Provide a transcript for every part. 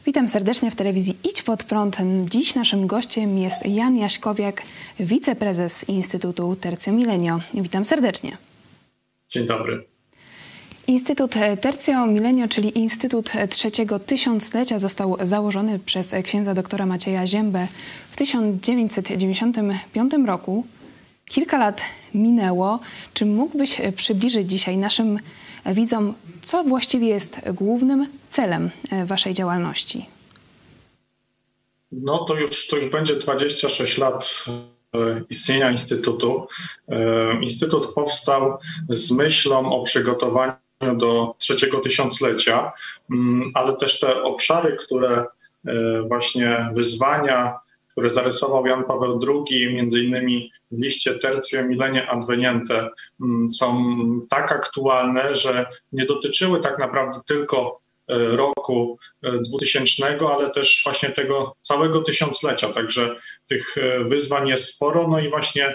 Witam serdecznie w telewizji Idź Pod Prąd. Dziś naszym gościem jest Jan Jaśkowiak, wiceprezes Instytutu Tertio Millennio. Witam serdecznie. Dzień dobry. Instytut Tertio Millennio, czyli Instytut Trzeciego Tysiąclecia, został założony przez księdza doktora Macieja Ziębę w 1995 roku. Kilka lat minęło. Czy mógłbyś przybliżyć dzisiaj naszym widzom, co właściwie jest głównym celem waszej działalności? No to już będzie 26 lat istnienia Instytutu. Instytut powstał z myślą o przygotowaniu do trzeciego tysiąclecia, ale też te obszary, które właśnie wyzwania, które zarysował Jan Paweł II, między innymi w liście Tertio Millennio Adveniente, są tak aktualne, że nie dotyczyły tak naprawdę tylko roku 2000, ale też właśnie tego całego tysiąclecia. Także tych wyzwań jest sporo, no i właśnie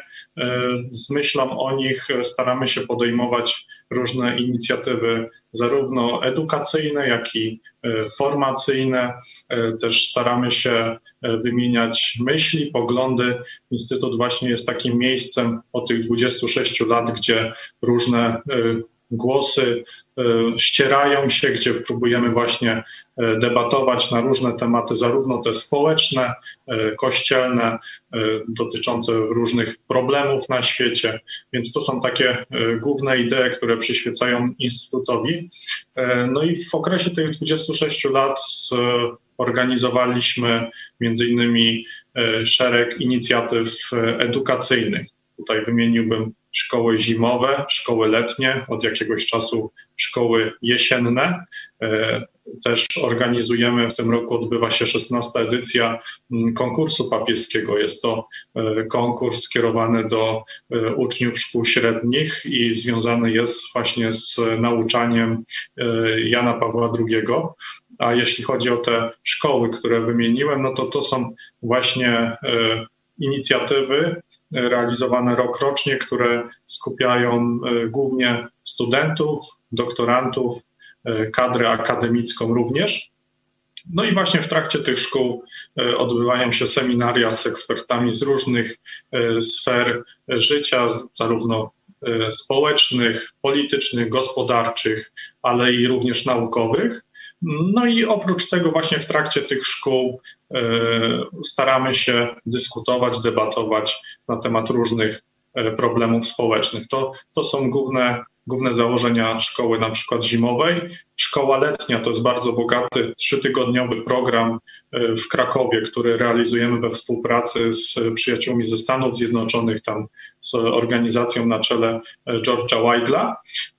z myślą o nich staramy się podejmować różne inicjatywy, zarówno edukacyjne, jak i formacyjne. Też staramy się wymieniać myśli, poglądy. Instytut właśnie jest takim miejscem od tych 26 lat, gdzie różne głosy ścierają się, gdzie próbujemy właśnie debatować na różne tematy, zarówno te społeczne, kościelne, dotyczące różnych problemów na świecie. Więc to są takie główne idee, które przyświecają Instytutowi. No i w okresie tych 26 lat organizowaliśmy między innymi szereg inicjatyw edukacyjnych. Tutaj wymieniłbym szkoły zimowe, szkoły letnie, od jakiegoś czasu szkoły jesienne. Też organizujemy, w tym roku odbywa się 16. edycja konkursu papieskiego. Jest to konkurs skierowany do uczniów szkół średnich i związany jest właśnie z nauczaniem Jana Pawła II. A jeśli chodzi o te szkoły, które wymieniłem, no to są właśnie inicjatywy realizowane rokrocznie, które skupiają głównie studentów, doktorantów, kadrę akademicką również. No i właśnie w trakcie tych szkół odbywają się seminaria z ekspertami z różnych sfer życia, zarówno społecznych, politycznych, gospodarczych, ale i również naukowych. No i oprócz tego właśnie w trakcie tych szkół staramy się dyskutować, debatować na temat różnych problemów społecznych. To są główne założenia szkoły na przykład zimowej. Szkoła letnia to jest bardzo bogaty 3-tygodniowy program w Krakowie, który realizujemy we współpracy z przyjaciółmi ze Stanów Zjednoczonych, tam z organizacją na czele George'a Weigla.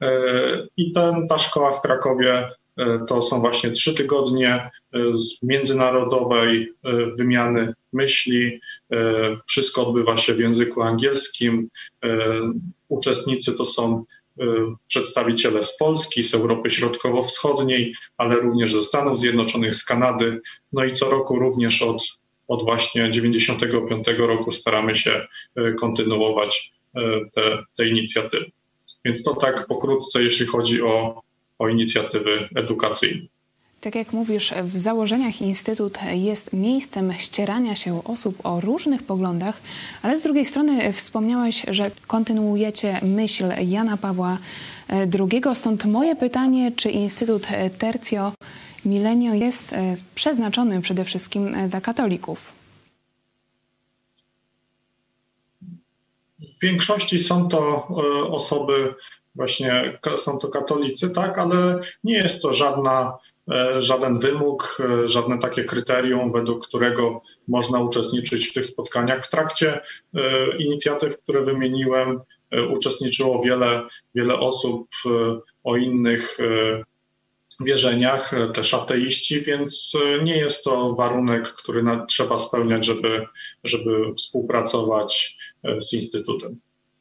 I ta szkoła w Krakowie to są właśnie 3 tygodnie z międzynarodowej wymiany myśli. Wszystko odbywa się w języku angielskim. Uczestnicy to są przedstawiciele z Polski, z Europy Środkowo-Wschodniej, ale również ze Stanów Zjednoczonych, z Kanady. No i co roku również od właśnie 95 roku staramy się kontynuować te inicjatywy. Więc to tak pokrótce, jeśli chodzi o inicjatywy edukacyjne. Tak jak mówisz, w założeniach Instytut jest miejscem ścierania się osób o różnych poglądach, ale z drugiej strony wspomniałeś, że kontynuujecie myśl Jana Pawła II. Stąd moje pytanie, czy Instytut Tertio Millennio jest przeznaczony przede wszystkim dla katolików? W większości są to osoby, właśnie są to katolicy, tak, ale nie jest to żaden wymóg, żadne takie kryterium, według którego można uczestniczyć w tych spotkaniach. W trakcie inicjatyw, które wymieniłem, uczestniczyło wiele osób o innych wierzeniach, też ateiści, więc nie jest to warunek, który trzeba spełniać, żeby współpracować z Instytutem.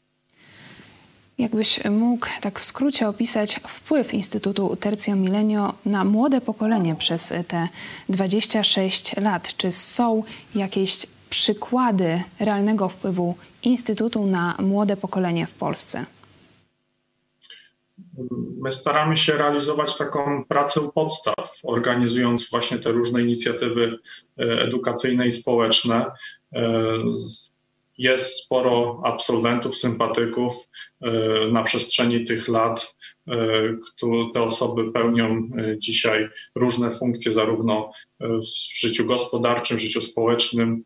Jakbyś mógł tak w skrócie opisać wpływ Instytutu Tertio Millennio na młode pokolenie przez te 26 lat? Czy są jakieś przykłady realnego wpływu Instytutu na młode pokolenie w Polsce? My staramy się realizować taką pracę u podstaw, organizując właśnie te różne inicjatywy edukacyjne i społeczne. Jest sporo absolwentów, sympatyków na przestrzeni tych lat. Te osoby pełnią dzisiaj różne funkcje, zarówno w życiu gospodarczym, w życiu społecznym.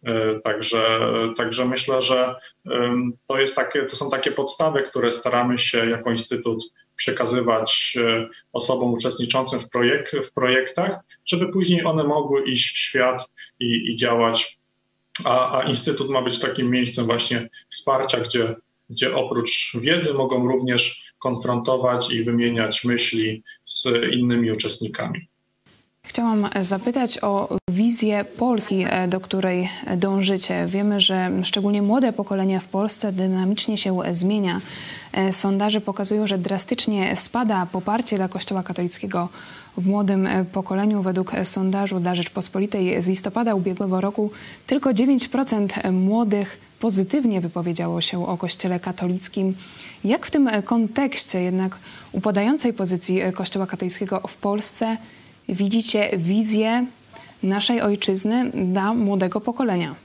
Także myślę, że to są takie podstawy, które staramy się jako Instytut przekazywać osobom uczestniczącym w projektach, żeby później one mogły iść w świat i działać. A Instytut ma być takim miejscem właśnie wsparcia, gdzie oprócz wiedzy mogą również konfrontować i wymieniać myśli z innymi uczestnikami. Chciałam zapytać o wizję Polski, do której dążycie. Wiemy, że szczególnie młode pokolenie w Polsce dynamicznie się zmienia. Sondaże pokazują, że drastycznie spada poparcie dla Kościoła katolickiego w młodym pokoleniu. Według sondażu dla Rzeczpospolitej z listopada ubiegłego roku tylko 9% młodych pozytywnie wypowiedziało się o Kościele katolickim. Jak w tym kontekście jednak upadającej pozycji Kościoła katolickiego w Polsce widzicie wizję naszej ojczyzny dla młodego pokolenia?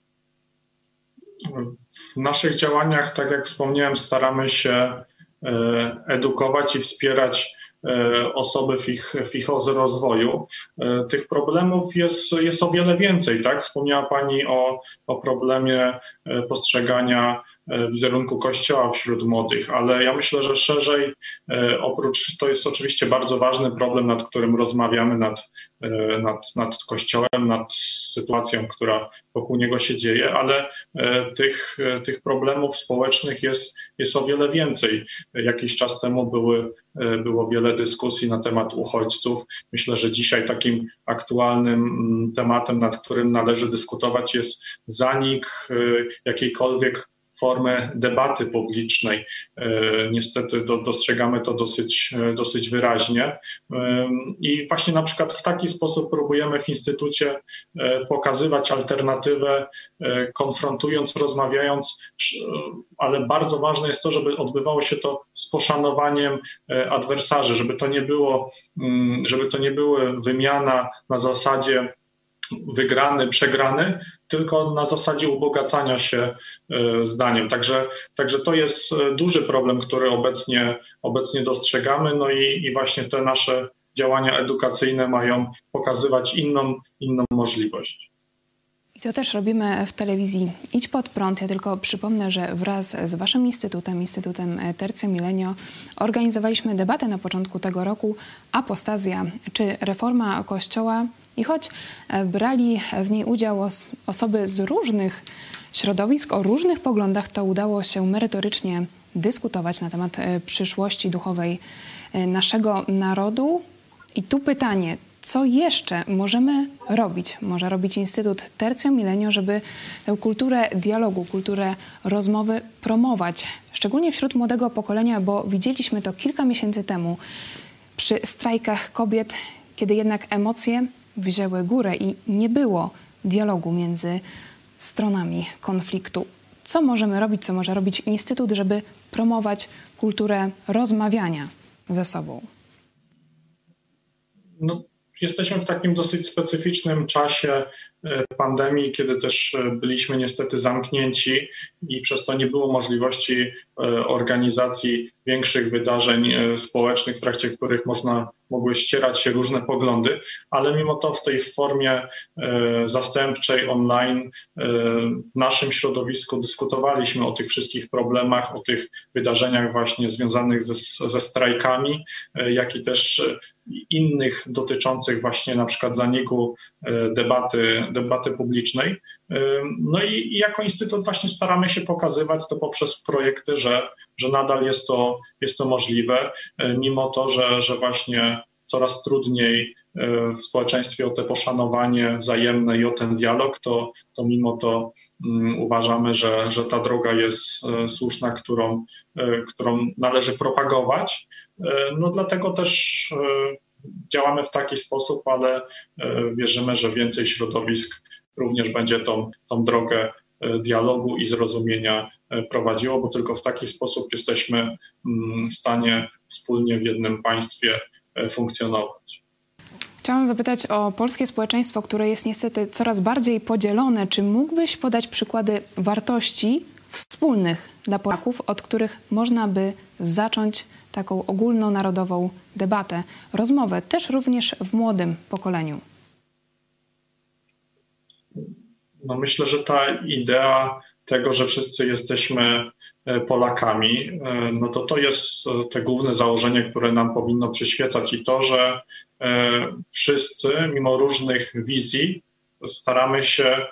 W naszych działaniach, tak jak wspomniałem, staramy się edukować i wspierać osoby w ich rozwoju. Tych problemów jest o wiele więcej, tak? Wspomniała Pani o problemie postrzegania wizerunku Kościoła wśród młodych, ale ja myślę, że szerzej, to jest oczywiście bardzo ważny problem, nad którym rozmawiamy, nad Kościołem, nad sytuacją, która wokół niego się dzieje, ale tych problemów społecznych jest o wiele więcej. Jakiś czas temu było wiele dyskusji na temat uchodźców. Myślę, że dzisiaj takim aktualnym tematem, nad którym należy dyskutować, jest zanik jakiejkolwiek formy debaty publicznej. Niestety dostrzegamy to dosyć wyraźnie i właśnie na przykład w taki sposób próbujemy w Instytucie pokazywać alternatywę, konfrontując, rozmawiając, ale bardzo ważne jest to, żeby odbywało się to z poszanowaniem adwersarzy, żeby to nie były wymiana na zasadzie wygrany, przegrany, tylko na zasadzie ubogacania się zdaniem. Także to jest duży problem, który obecnie dostrzegamy, no i właśnie te nasze działania edukacyjne mają pokazywać inną możliwość. I to też robimy w telewizji Idź Pod Prąd. Ja tylko przypomnę, że wraz z Waszym Instytutem Tercio Millennio, organizowaliśmy debatę na początku tego roku Apostazja czy reforma Kościoła. I choć brali w niej udział osoby z różnych środowisk, o różnych poglądach, to udało się merytorycznie dyskutować na temat przyszłości duchowej naszego narodu. I tu pytanie, co jeszcze możemy robić? Może robić Instytut Tercio Millennio, żeby tę kulturę dialogu, kulturę rozmowy promować, szczególnie wśród młodego pokolenia, bo widzieliśmy to kilka miesięcy temu przy strajkach kobiet, kiedy jednak emocje wzięły górę i nie było dialogu między stronami konfliktu. Co możemy robić, co może robić Instytut, żeby promować kulturę rozmawiania ze sobą? Jesteśmy w takim dosyć specyficznym czasie pandemii, kiedy też byliśmy niestety zamknięci i przez to nie było możliwości organizacji większych wydarzeń społecznych, w trakcie których mogły ścierać się różne poglądy, ale mimo to w tej formie zastępczej online w naszym środowisku dyskutowaliśmy o tych wszystkich problemach, o tych wydarzeniach właśnie związanych ze strajkami, jak i też innych dotyczących właśnie na przykład zaniku debaty publicznej. No i jako Instytut właśnie staramy się pokazywać to poprzez projekty, że nadal jest to możliwe, mimo to, że właśnie coraz trudniej w społeczeństwie o te poszanowanie wzajemne i o ten dialog, to mimo to uważamy, że ta droga jest słuszna, którą należy propagować. No dlatego też działamy w taki sposób, ale wierzymy, że więcej środowisk również będzie tą drogę dialogu i zrozumienia prowadziło, bo tylko w taki sposób jesteśmy w stanie wspólnie w jednym państwie funkcjonować. Chciałam zapytać o polskie społeczeństwo, które jest niestety coraz bardziej podzielone. Czy mógłbyś podać przykłady wartości wspólnych dla Polaków, od których można by zacząć taką ogólnonarodową debatę, rozmowę, też również w młodym pokoleniu? No myślę, że ta idea tego, że wszyscy jesteśmy Polakami, no to jest te główne założenie, które nam powinno przyświecać i to, że wszyscy, mimo różnych wizji, staramy się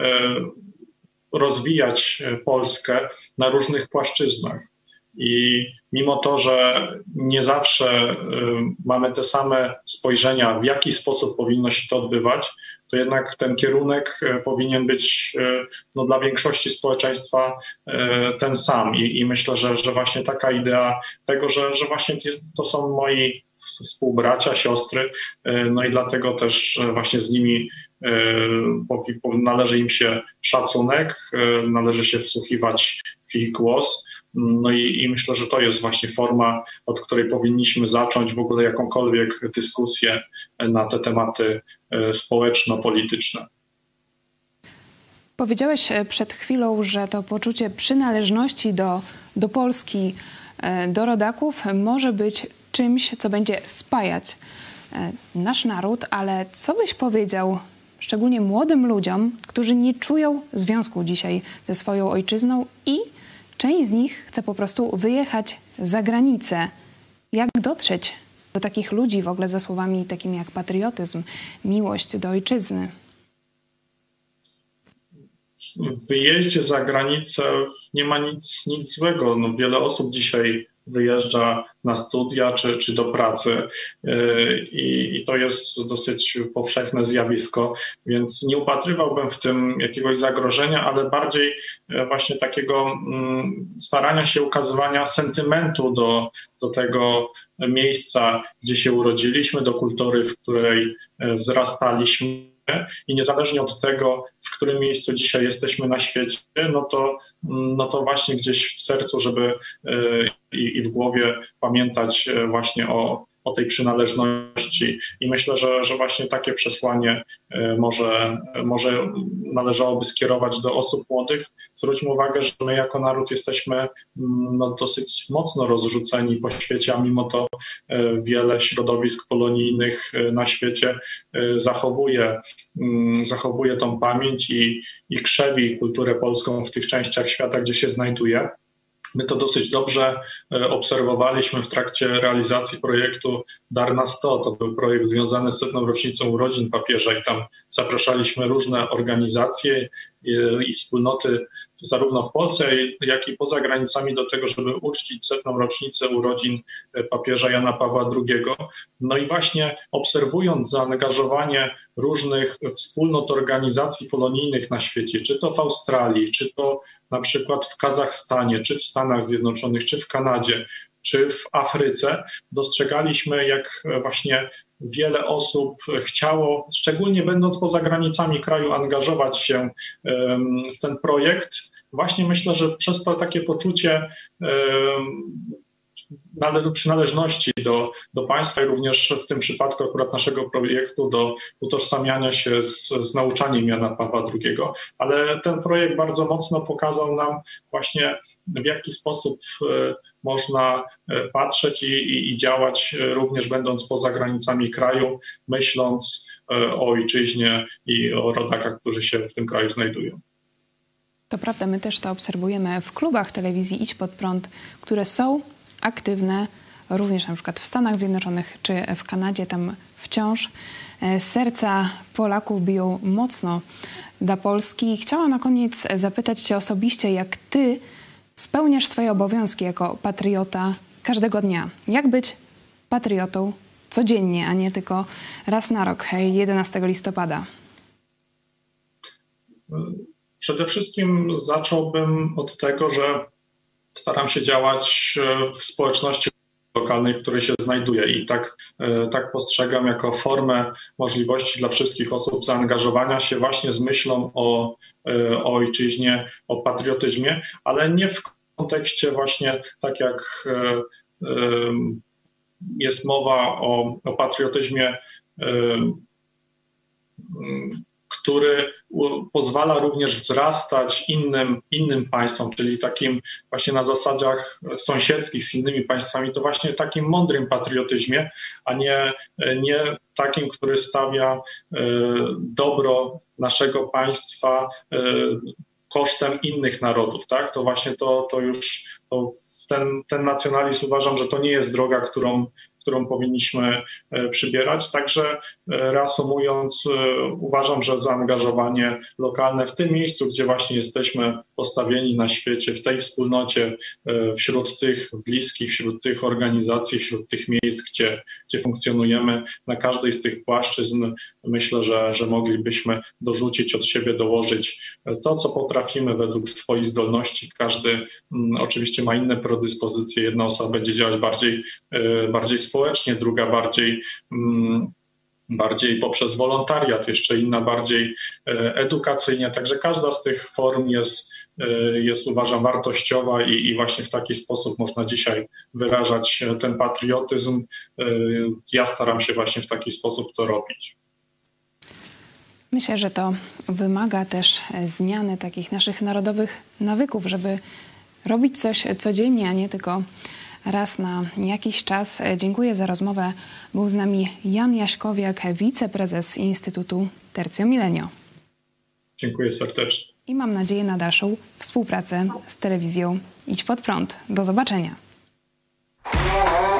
rozwijać Polskę na różnych płaszczyznach. I mimo to, że nie zawsze mamy te same spojrzenia, w jaki sposób powinno się to odbywać, to jednak ten kierunek powinien być dla większości społeczeństwa ten sam. I myślę, że właśnie taka idea tego, że właśnie to są moi współbracia, siostry, no i dlatego też właśnie z nimi należy im się szacunek, należy się wsłuchiwać w ich głos. No i myślę, że to jest właśnie forma, od której powinniśmy zacząć w ogóle jakąkolwiek dyskusję na te tematy społeczno-polityczne. Powiedziałeś przed chwilą, że to poczucie przynależności do Polski, do rodaków może być czymś, co będzie spajać nasz naród, ale co byś powiedział szczególnie młodym ludziom, którzy nie czują związku dzisiaj ze swoją ojczyzną i część z nich chce po prostu wyjechać za granicę? Jak dotrzeć do takich ludzi w ogóle ze słowami takimi jak patriotyzm, miłość do ojczyzny? W wyjeździe za granicę nie ma nic złego. No, wiele osób dzisiaj wyjeżdża na studia czy do pracy i to jest dosyć powszechne zjawisko, więc nie upatrywałbym w tym jakiegoś zagrożenia, ale bardziej właśnie takiego starania się ukazywania sentymentu do tego miejsca, gdzie się urodziliśmy, do kultury, w której wzrastaliśmy. I niezależnie od tego, w którym miejscu dzisiaj jesteśmy na świecie, no to właśnie gdzieś w sercu, żeby i w głowie pamiętać właśnie o tej przynależności. I myślę, że właśnie takie przesłanie może należałoby skierować do osób młodych. Zwróćmy uwagę, że my jako naród jesteśmy dosyć mocno rozrzuceni po świecie, a mimo to wiele środowisk polonijnych na świecie zachowuje tą pamięć i krzewi kulturę polską w tych częściach świata, gdzie się znajduje. My to dosyć dobrze obserwowaliśmy w trakcie realizacji projektu Dar na 100. To był projekt związany z 100. rocznicą urodzin papieża i tam zapraszaliśmy różne organizacje i wspólnoty zarówno w Polsce, jak i poza granicami do tego, żeby uczcić 100. rocznicę urodzin papieża Jana Pawła II. No i właśnie obserwując zaangażowanie różnych wspólnot organizacji polonijnych na świecie, czy to w Australii, czy to na przykład w Kazachstanie, czy w Stanach Zjednoczonych, czy w Kanadzie, czy w Afryce, dostrzegaliśmy, jak właśnie wiele osób chciało, szczególnie będąc poza granicami kraju, angażować się w ten projekt. Właśnie myślę, że przez to takie poczucie przynależności do państwa i również w tym przypadku akurat naszego projektu do utożsamiania się z nauczaniem Jana Pawła II. Ale ten projekt bardzo mocno pokazał nam właśnie, w jaki sposób można patrzeć i działać również będąc poza granicami kraju, myśląc o ojczyźnie i o rodakach, którzy się w tym kraju znajdują. To prawda, my też to obserwujemy w klubach telewizji Idź Pod Prąd, które są aktywne również na przykład w Stanach Zjednoczonych czy w Kanadzie. Tam wciąż serca Polaków biją mocno dla Polski. Chciałam na koniec zapytać Cię osobiście, jak Ty spełniasz swoje obowiązki jako patriota każdego dnia. Jak być patriotą codziennie, a nie tylko raz na rok, 11 listopada? Przede wszystkim zacząłbym od tego, że staram się działać w społeczności, w lokalnej, w której się znajduję. I tak postrzegam jako formę możliwości dla wszystkich osób zaangażowania się właśnie z myślą o ojczyźnie, o patriotyzmie, ale nie w kontekście właśnie tak jak jest mowa o patriotyzmie, który pozwala również wzrastać innym państwom, czyli takim właśnie na zasadach sąsiedzkich z innymi państwami, to właśnie takim mądrym patriotyzmie, a nie takim, który stawia dobro naszego państwa kosztem innych narodów, tak? To właśnie ten nacjonalizm, uważam, że to nie jest droga, którą powinniśmy przybierać. Także reasumując, uważam, że zaangażowanie lokalne w tym miejscu, gdzie właśnie jesteśmy postawieni na świecie, w tej wspólnocie, wśród tych bliskich, wśród tych organizacji, wśród tych miejsc, gdzie funkcjonujemy, na każdej z tych płaszczyzn, myślę, że moglibyśmy dorzucić od siebie, dołożyć to, co potrafimy według swoich zdolności. Każdy oczywiście ma inne predyspozycje. Jedna osoba będzie działać bardziej społecznie, druga bardziej poprzez wolontariat, jeszcze inna bardziej edukacyjnie. Także każda z tych form jest uważam, wartościowa i właśnie w taki sposób można dzisiaj wyrażać ten patriotyzm. Ja staram się właśnie w taki sposób to robić. Myślę, że to wymaga też zmiany takich naszych narodowych nawyków, żeby robić coś codziennie, a nie tylko raz na jakiś czas. Dziękuję za rozmowę. Był z nami Jan Jaśkowiak, wiceprezes Instytutu Tertio Milenio. Dziękuję serdecznie. I mam nadzieję na dalszą współpracę z telewizją Idź Pod Prąd. Do zobaczenia.